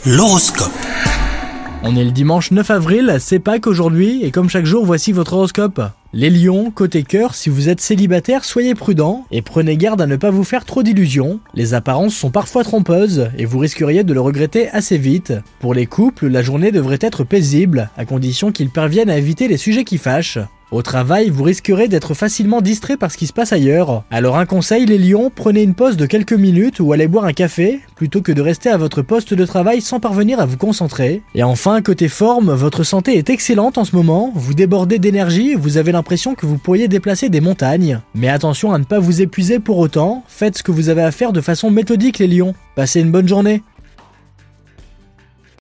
L'horoscope. On est le dimanche 9 avril, c'est Pâques aujourd'hui, et comme chaque jour, voici votre horoscope. Les lions, côté cœur, si vous êtes célibataire, soyez prudents et prenez garde à ne pas vous faire trop d'illusions. Les apparences sont parfois trompeuses et vous risqueriez de le regretter assez vite. Pour les couples, la journée devrait être paisible, à condition qu'ils parviennent à éviter les sujets qui fâchent. Au travail, vous risquerez d'être facilement distrait par ce qui se passe ailleurs. Alors un conseil les lions, prenez une pause de quelques minutes ou allez boire un café, plutôt que de rester à votre poste de travail sans parvenir à vous concentrer. Et enfin, côté forme, votre santé est excellente en ce moment, vous débordez d'énergie, vous avez l'impression que vous pourriez déplacer des montagnes. Mais attention à ne pas vous épuiser pour autant, faites ce que vous avez à faire de façon méthodique les lions. Passez une bonne journée.